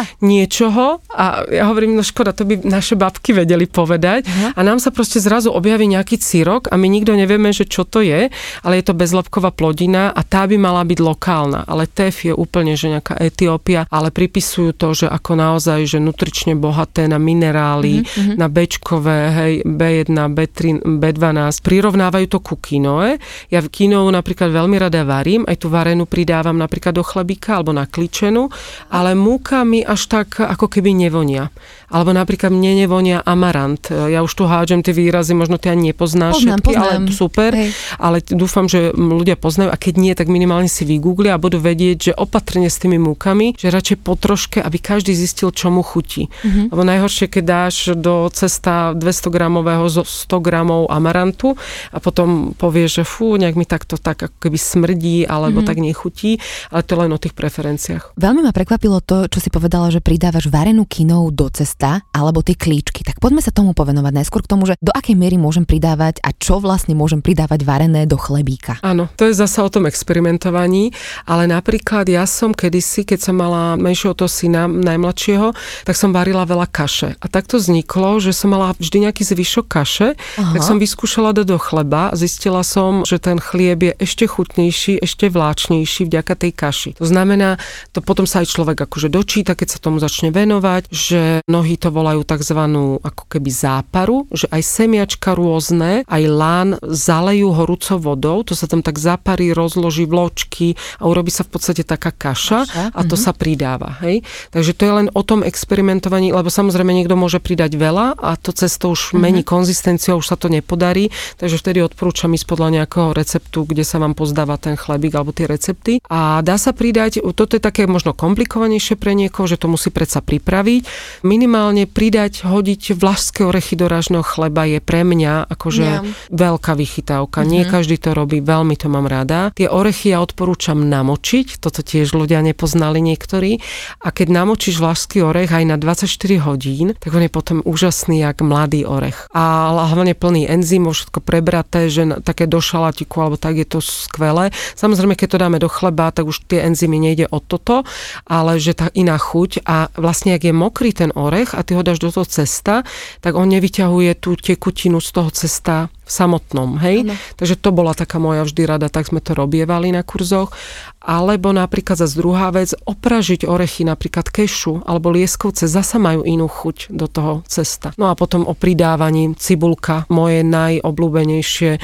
niečoho a ja hovorím, no škoda, to by naše babky vedeli povedať a nám sa proste zrazu objaví nejaký cirok a my nikto nevieme, že čo to je, ale je to bezlepková plodina a tá by mala byť lokálna, ale TEF je úplne, že nejaká Etiópia, ale pripisujú to, že ako naozaj, že nutrične bohaté na minerály, na Bčkové, hej, B1, B3, B12, prirovnávajú to ku quinoe. Ja v quinoe napríklad veľmi rada varím, aj tú varenú pridávam napríklad do chlebíka alebo na kličenú, ale múka mi až tak ako keby nevonia. Alebo napríklad mne nevonia amarant. Ja už tu hádžem tie výrazy, možno ty ani nepoznáš všetky, ale super. Hej. Ale dúfam, že ľudia poznajú a keď nie, tak minimálne si vygooglia a budú vedieť, že opatrne s tými múkami, že radšej po troške, aby každý zistil, čo mu chutí. Lebo najhoršie, keď dáš do cesta 200 gramového zo 100 gramov amarantu a potom povieš, že nejak mi takto tak ako keby smrdí chutí, alebo tak nechutí, ale to len o tých preferenciách. Veľmi ma prekvapilo to, čo si povedala, že pridávaš varenú kinou do cesta, alebo tie klíčky. Tak poďme sa tomu povenovať najskôr k tomu, že do akej miery môžem pridávať a čo vlastne môžem pridávať varené do chlebíka. Áno, to je zasa o tom experimentovaní, ale napríklad ja som kedysi, keď som mala menšieho toho syna, najmladšieho, tak som varila veľa kaše. A takto vzniklo, že som mala vždy nejaký zvyšok kaše, tak som vyskúšala do chleba a zistila som, že ten chlieb je ešte chutnejší, ešte vláčnejší vďaka tej kaši. To znamená, to potom sa aj človek akože dočíta, keď sa tomu začne venovať, že mnohí to volajú takzvanú ako keby záparu, že aj semiačka rôzne, aj lán zalejú horúcou vodou, to sa tam tak zaparí, rozloží vločky a urobí sa v podstate taká kaša a to sa pridáva. Hej? Takže to je len o tom experimentovaní, lebo samozrejme niekto môže pridať veľa a to cesto už mení konzistenciu, už sa to nepodarí, takže vtedy odporúčam ísť podľa nejakého receptu, kde sa vám pozdáva ten chlebík alebo tie recepty. A dá sa pridať, toto je také možno komplikovanejšie pre niekoho, že to musí predsa pripraviť. Minimálne pridať, hodiť vlašské orechy do ražného chleba je pre mňa akože veľká vychytávka. Nie každý to robí, veľmi to mám rada. Tie orechy ja odporúčam namočiť, toto tiež ľudia nepoznali niektorí. A keď namočíš vlašský orech aj na 24 hodín, tak on je potom úžasný jak mladý orech. A hlavne plný enzymov, všetko prebraté, že také do šalatiku alebo tak je to skvelé. Samozrejme, keď to dáme do chleba, tak už tie enzymy nejde o toto, ale že tá iná chuť a vlastne ak je mokrý ten orech a ty ho dáš do toho cesta, tak on nevyťahuje tú tekutinu z toho cesta v samotnom, hej? Ano. Takže to bola taká moja vždy rada, tak sme to robievali na kurzoch. Alebo napríklad zase druhá vec, opražiť orechy, napríklad kešu alebo lieskovce, zasa majú inú chuť do toho cesta. No a potom o pridávaní cibulka, moje najobľúbenejšie.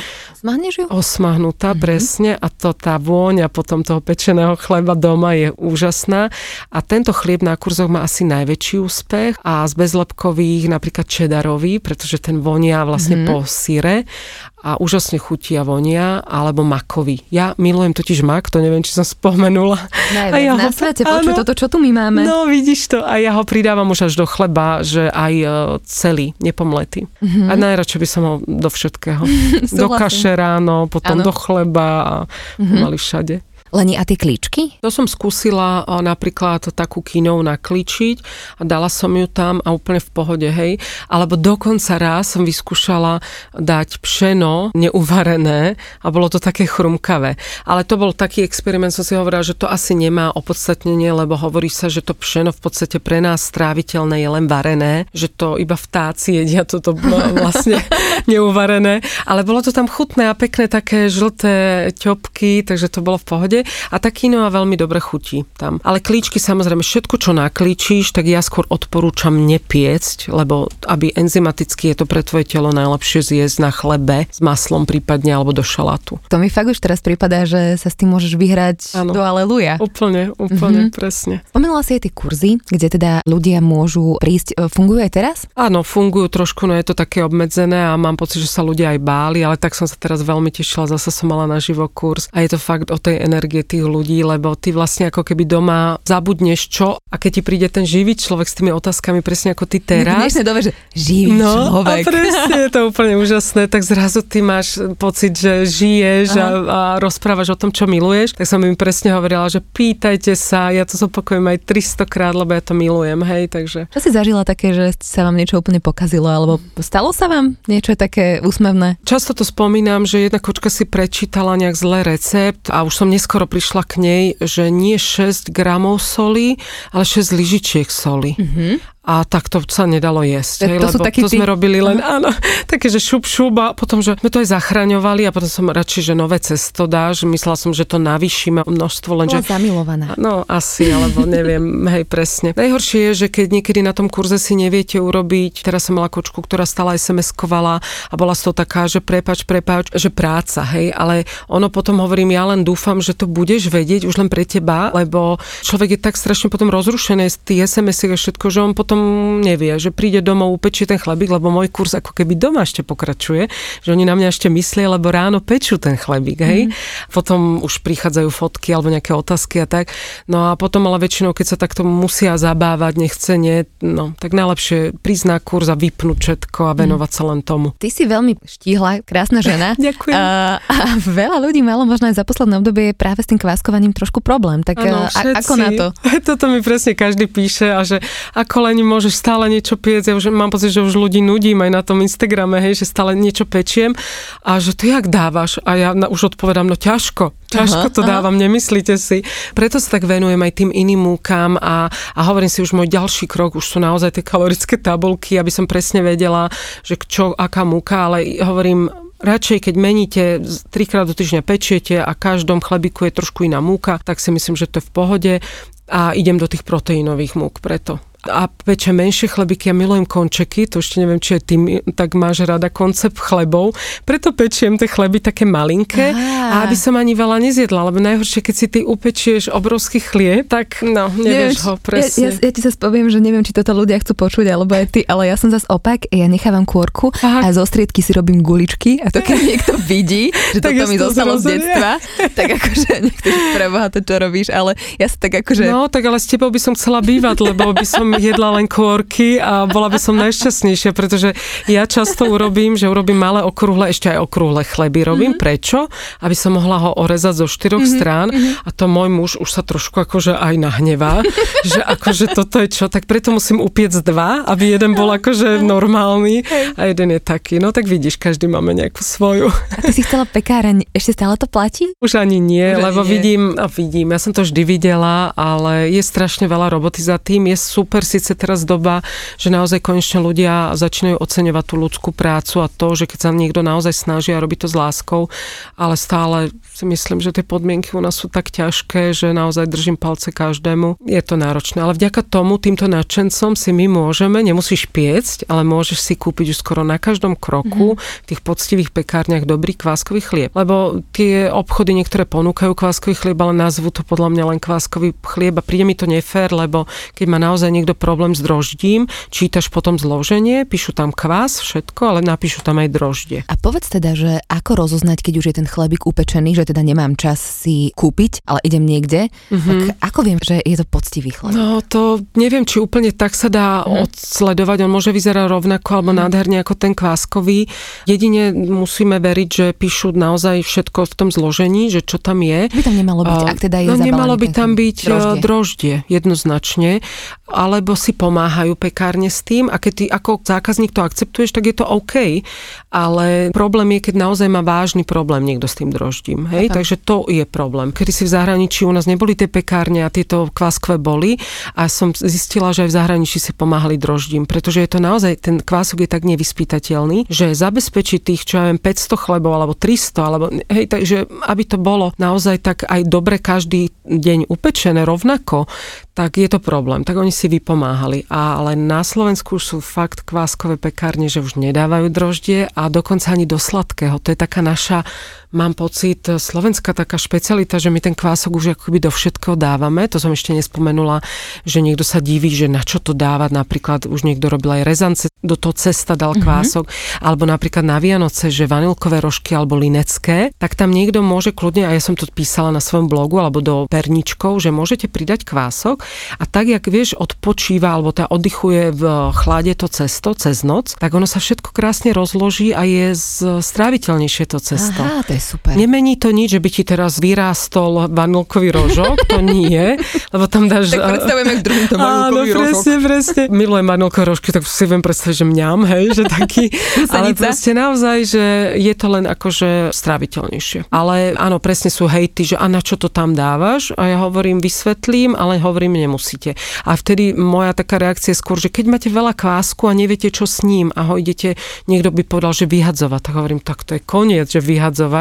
Osmahnutá, presne. A to tá vôňa potom toho pečeného chleba doma je úžasná. A tento chlieb na kurzoch má asi najväčší úspech a z bezlepkových napríklad čedarový, pretože ten vonia vlastne po syre a úžasne chutí a vonia, alebo makový. Ja milujem totiž mak, to neviem, či som spomenula. Najviac na svete, počuj, toto, čo tu my máme. No, vidíš to, a ja ho pridávam už až do chleba, že aj celý, nepomletý. A najradšej by som ho do všetkého. Do kaše ráno, potom do chleba a mali všade. Leni, a tie klíčky? To som skúsila napríklad takú kinou nakličiť a dala som ju tam a úplne v pohode, hej. Alebo dokonca raz som vyskúšala dať pšeno neuvarené a bolo to také chrumkavé. Ale to bol taký experiment, som si hovorila, že to asi nemá opodstatnenie, lebo hovorí sa, že to pšeno v podstate pre nás stráviteľné je len varené, že to iba vtáci jedia toto vlastne neuvarené. Ale bolo to tam chutné a pekné také žlté ťopky, takže to bolo v pohode. A tá quinoa veľmi dobre chutí tam. Ale klíčky, samozrejme, všetko, čo naklíčíš, tak ja skôr odporúčam nepiecť, lebo aby enzymaticky je to pre tvoje telo najlepšie zjesť na chlebe s maslom prípadne alebo do šalátu. To mi fakt už teraz prípada, že sa s tým môžeš vyhrať do aleluja. Úplne, presne. Spomenula si aj tie kurzy, kde teda ľudia môžu prísť. Fungujú aj teraz? Áno, fungujú trošku, no je to také obmedzené a mám pocit, že sa ľudia aj báli, ale tak som sa teraz veľmi tešila, zase som mala naživo kurz a je to fakt o tej energie tých ľudí, lebo ty vlastne ako keby doma zabudneš čo a keď ti príde ten živý človek s tými otázkami presne ako ty teraz. V dnešnej dobe, že živý človek. A presne, je to úplne úžasné, tak zrazu ty máš pocit, že žiješ a rozprávaš o tom, čo miluješ. Tak som im presne hovorila, že pýtajte sa, ja to zopakujem aj 300 krát, lebo ja to milujem, hej, takže. Čo si zažila také, že sa vám niečo úplne pokazilo, alebo stalo sa vám niečo také úsmevné? Často to spomínam, že jedna kočka si prečítala nejak zlé recept a už som neskoro prišla k nej, že nie 6 gramov soli, ale 6 lyžičiek soli. A tak to sa nedalo jesť. To sú takí to sme robili len, áno, také, že šup a potom, že sme to aj zachraňovali a potom som radšej, že nové cesto dáš. Myslela som, že to navýšime množstvo, lenže... Bola zamilovaná. No, asi, alebo neviem, hej, presne. Najhoršie je, že keď niekedy na tom kurze si neviete urobiť, teraz som mala kočku, ktorá stále SMS-kovala a bola z toho taká, že prepáč, že práca, hej, ale ono potom hovorím, ja len dúfam, že to budeš vedieť už len pre teba, lebo človek je tak strašne potom rozrušený z tých SMS-iek a všetko, že on potom potom nevie, že príde domov, upečie ten chlebík, lebo môj kurz ako keby doma ešte pokračuje, že oni na mňa ešte myslia, lebo ráno pečú ten chlebík, hej. Potom už prichádzajú fotky alebo nejaké otázky a tak. No a potom ale väčšinou, keď sa takto musia zabávať, nechcene, no tak najlepšie prísť na kurz a vypnúť všetko a venovať sa len tomu. Ty si veľmi štíhla, krásna žena. Ďakujem. A veľa ľudí malo možno aj za posledné obdobie práve s tým kváskovaním trošku problém. Tak ano, ako na to? Toto mi presne každý píše a že ako len môžeš stále niečo piec. Ja už mám pocit, že už ľudí nudím aj na tom Instagrame, hej, že stále niečo pečiem a že to jak dávaš? A ja už odpovedám, no ťažko to dávam, nemyslíte si. Preto sa tak venujem aj tým iným múkam a hovorím si už môj ďalší krok, už sú naozaj tie kalorické tabuľky, aby som presne vedela, že čo, aká múka, ale hovorím, radšej, keď meníte, 3-krát do týždňa pečiete a každom chlebíku je trošku iná múka, tak si myslím, že to je v pohode a idem do tých proteínových múk preto. A pečem menšie chlebíky, ja milujem končeky, to ešte neviem, či aj ty tak máš rada koncept chlebov, preto pečiem tie chleby také malinké a aby som ani veľa nezjedla, lebo najhoršie, keď si ty upečieš obrovský chlieb, tak no, nevieš ho presne. Ja ti sa spoviem, že neviem, či toto ľudia chcú počuť, alebo aj ty, ale ja som zas opak, ja nechávam kôrku a zo striedky si robím guličky a to keď niekto vidí, že toto mi zostalo z detstva, tak akože niekto preboha to, čo robíš, ale ja sa tak akože... No, tak ale s tebou by som chcela bývať, lebo by som jedla len kôrky a bola by som najšťastnejšia, pretože ja často urobím malé okrúhle, ešte aj okrúhle chleby robím. Prečo? Aby som mohla ho orezať zo 4 strán a to môj muž už sa trošku akože aj nahnevá, že akože toto je čo, tak preto musím upiecť 2, aby jeden bol akože normálny a jeden je taký. No tak vidíš, každý máme nejakú svoju. A ty si chcela pekáreň, ešte stále to platí? Už ani nie, lebo vidím, ja som to vždy videla, ale je strašne veľa roboty za tým, je super síce teraz doba, že naozaj konečne ľudia začínajú oceňovať tú ľudskú prácu a to, že keď sa niekto naozaj snaží a robí to s láskou, ale stále si myslím, že tie podmienky u nás sú tak ťažké, že naozaj držím palce každému. Je to náročné, ale vďaka tomu, týmto nadšencom si my môžeme, nemusíš piecť, ale môžeš si kúpiť už skoro na každom kroku v tých poctivých pekárniach dobrý kváskový chlieb. Lebo tie obchody niektoré ponúkajú kváskový chlieb, ale nazvú to podľa mňa len kváskový chlieb a príde mi to nefér, lebo keď má naozaj niekto problém s droždím, čítaš potom zloženie, píšu tam kvás, všetko, ale napíšu tam aj droždie. A povedz teda, že ako rozoznať, keď už je ten chlebík upečený, že teda nemám čas si kúpiť, ale idem niekde, tak ako viem, že je to poctivý chleb? No to neviem, či úplne tak sa dá odsledovať, on môže vyzerať rovnako alebo nádherne ako ten kváskový. Jedine musíme veriť, že píšu naozaj všetko v tom zložení, že čo tam je. By tam nemalo byť, ak teda je zabalený. Nemalo by tam byť droždie, jednoznačne, alebo si pomáhajú pekárne s tým a keď ty ako zákazník to akceptuješ, tak je to OK, ale problém je, keď naozaj má vážny problém niekto s tým droždím, hej, takže to je problém. Kedy si v zahraničí u nás neboli tie pekárne a tieto kváskové boli a som zistila, že aj v zahraničí si pomáhali droždím, pretože je to naozaj, ten kvások je tak nevyspytateľný, že zabezpečí tých, čo ja viem, 500 chlebov alebo 300, alebo hej, takže aby to bolo naozaj tak aj dobre každý deň upečené rovnako, tak je to problém. Tak oni si vypomáhali. Ale na Slovensku už sú fakt kváskové pekárne, že už nedávajú droždie a dokonca ani do sladkého. To je taká naša, mám pocit, slovenská taká špecialita, že my ten kvások už akoby do všetkého dávame. To som ešte nespomenula, že niekto sa diví, že na čo to dávať. Napríklad už niekto robil aj rezance, do toho cesta dal kvások. Alebo napríklad na Vianoce, že vanilkové rožky alebo linecké. Tak tam niekto môže kľudne, a ja som to písala na svojom blogu alebo do perničkov, že môžete pridať kvások a tak, jak vieš, odpočíva alebo tá oddychuje v chlade to cesto cez noc, tak ono sa všetko krásne rozloží a je stráviteľnejšie to cesto. Aha, to je super. Nemení to nič, že by ti teraz vyrástol vanilkový rožok, to nie, lebo tam dáš... Tak predstavujem, jak druhý to vanilkový rožok. Presne. Milujem vanilkové rožky, tak si viem predstaviť, že mňam, hej, že taký, ale proste naozaj, že je to len akože stráviteľnejšie. Ale áno, presne sú hejty, že a na čo to tam dávaš? A ja hovorím, vysvetlím, ale hovorím, nemusíte. A vtedy moja taká reakcia je skôr, že keď máte veľa kvásku a neviete, čo s ním a ho idete, niekto by povedal, že vyhadzovať, tak hovorím, tak to je koniec, že vyhadzovať,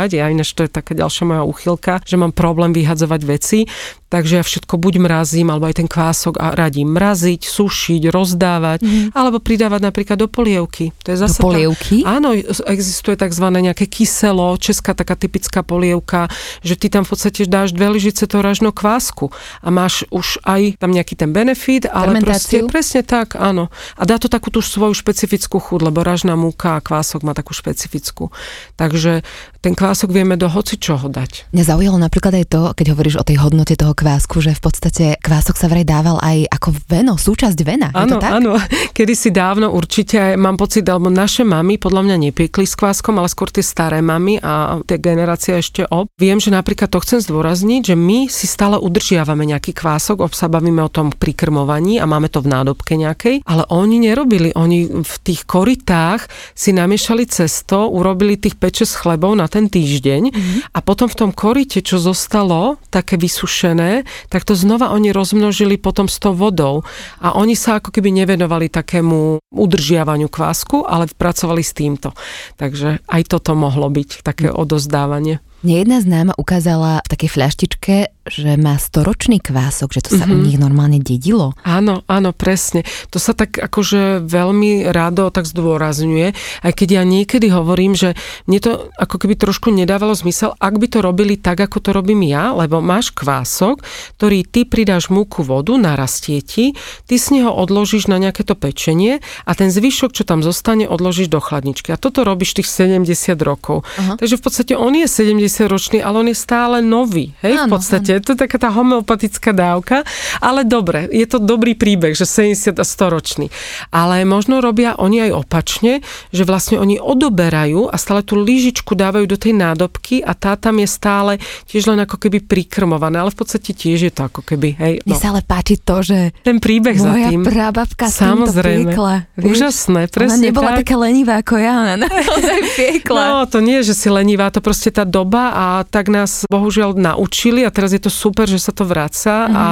dať. Ja ináč to je taká ďalšia moja úchylka, že mám problém vyhadzovať veci, takže ja všetko buď mrazím, alebo aj ten kvások a radím mraziť, sušiť, rozdávať, alebo pridávať napríklad do polievky. To je zase do polievky? Áno, existuje takzvané nejaké kyselo, česká taká typická polievka, že ty tam v podstate dáš 2 lyžice toho ražného kvásku a máš už aj tam nejaký ten benefit, ale proste presne tak, áno. A dá to takú tú svoju špecifickú chuť, lebo ražná múka a kvások má takú špecifickú. Takže ten kvások vieme do hocičoho dať. Mňa zaujalo napríklad aj to, keď hovoríš o tej hodnote toho kvásku, že v podstate kvások sa vraj dával aj ako veno, súčasť vena. Áno, áno. Kedysi dávno určite, mám pocit, alebo naše mamy podľa mňa nepiekli s kváskom, ale skôr tie staré mamy a tie generácie ešte Viem, že napríklad to chcem zdôrazniť, že my si stále udržiavame nejaký kvások, sa bavíme o tom prikrmovaní a máme to v nádobke nejakej, ale oni nerobili. Oni v tých korytách si namiešali cesto, urobili tých 5-6 chlebov na ten týždeň a potom v tom koryte, čo zostalo, také vysušené, tak to znova oni rozmnožili potom s tou vodou a oni sa ako keby nevenovali takému udržiavaniu kvásku, ale pracovali s týmto. Takže aj toto mohlo byť také odozdávanie. Mne jedna známa ukázala v takej fľaštičke, že má 100-ročný kvások, že to sa u nich normálne dedilo. Áno, áno, presne. To sa tak akože veľmi rado tak zdôrazňuje, aj keď ja niekedy hovorím, že mne to ako keby trošku nedávalo zmysel, ak by to robili tak, ako to robím ja, lebo máš kvások, ktorý ty pridáš múku, vodu, narastie ti, ty z neho odložíš na nejaké to pečenie a ten zvyšok, čo tam zostane, odložíš do chladničky. A toto robíš tých 70 rokov. Aha. Takže v podstate on je 70-ročný, ale on je stále nový, hej, áno, v podstate. To je taká tá homeopatická dávka, ale dobre, je to dobrý príbeh, že 70 a 100 ročný. Ale možno robia oni aj opačne, že vlastne oni odoberajú a stále tú lyžičku dávajú do tej nádobky a tá tam je stále tiež len ako keby prikrmovaná, ale v podstate tiež je to ako keby, hej. Mne sa ale páči to, že ten príbeh za tým. Moja prababka s týmto piekla. Úžasné, presne. Ona nebola taká lenivá ako ja, ona naozaj piekla. No, to nie je, že si lenivá, to proste tá doba a tak nás bohužiaľ naučili a teraz je to super, že sa to vracia a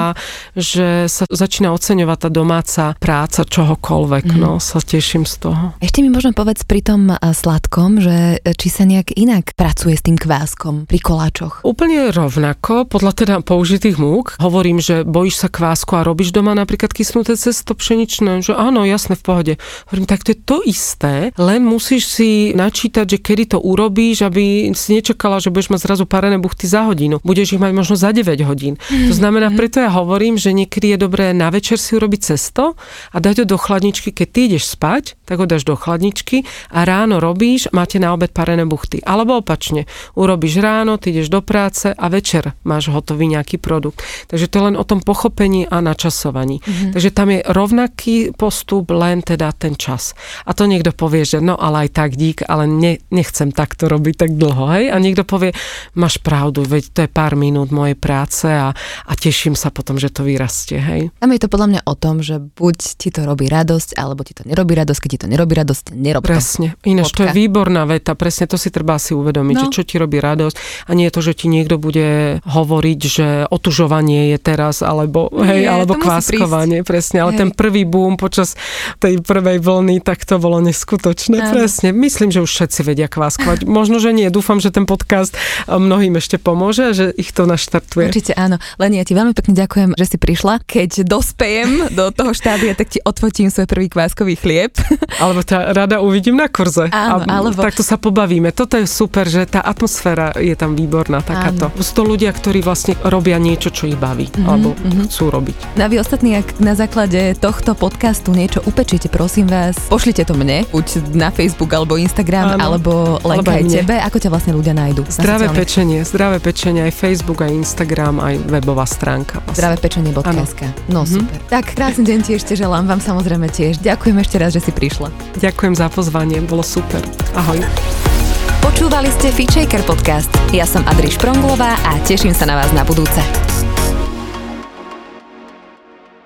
že sa začína oceňovať tá domáca práca čohokoľvek. No, sa teším z toho. Ešte mi možno povedz pri tom sladkom, že či sa nejak inak pracuje s tým kváskom pri koláčoch? Úplne rovnako, podľa teda použitých múk. Hovorím, že bojíš sa kvásku a robíš doma napríklad kysnuté cesto pšeničné, že áno, jasné, v pohode. Hovorím, tak to je to isté, len musíš si načítať, že kedy to urobíš, aby si nečakala, že budeš mať zrazu parené buchty za hodinu. Budeš ich mať možno za 9 hodín. To znamená, preto ja hovorím, že niekedy je dobré na večer si urobiť cesto a dať ho do chladničky, keď ty ideš spať, tak ho dáš do chladničky a ráno robíš, máte na obed parené buchty. Alebo opačne, urobíš ráno, ty ideš do práce a večer máš hotový nejaký produkt. Takže to je len o tom pochopení a načasovaní. Takže tam je rovnaký postup, len teda ten čas. A to niekto povie, že no ale aj tak dík, ale nechcem takto robiť tak dlho, hej? A niekto povie, máš pravdu, veď to je pár minút mojej práce a teším sa potom, že to vyrastie, hej. Tam je to podľa mňa o tom, že buď ti to robí radosť, alebo ti to nerobí radosť, keď ti to nerobí radosť, nerob to. Presne. Ináč to je výborná veta, presne to si treba si uvedomiť, že čo ti robí radosť a nie je to, že ti niekto bude hovoriť, že otužovanie je teraz, alebo hej, alebo kváskovanie, presne, ale ten prvý boom počas tej prvej vlny, tak to bolo neskutočné, presne. Myslím, že už všetci vedia kváskovať. Možno, že nie. Dúfam, že ten podcast mnohým ešte pomôže, že ich to naštartuje. Určite áno. Len ja ti veľmi pekne ďakujem, že si prišla. Keď dospejem do toho štádia, tak ti odfotím svoj prvý kváskový chlieb. Alebo rada uvidím na kurze. Áno, alebo takto sa pobavíme. Toto je super, že tá atmosféra je tam výborná takáto. Sú to ľudia, ktorí vlastne robia niečo, čo ich baví, alebo chcú robiť. A vy ostatní, ak na základe tohto podcastu niečo upečíte, prosím vás, pošlite to mne, buď na Facebook alebo Instagram, alebo Lenka aj tebe. Ako ťa vlastne ľudia nájdu? Zdravé pečenie, aj Facebook, aj Instagram, aj webová stránka. Zdravepečenie.sk. No super. Tak krásny deň ti ešte želám, vám samozrejme tiež. Ďakujem ešte raz, že si prišla. Ďakujem za pozvanie, bolo super. Ahoj. Počúvali ste Fitchaker podcast. Ja som Adri Špronglová a teším sa na vás na budúce.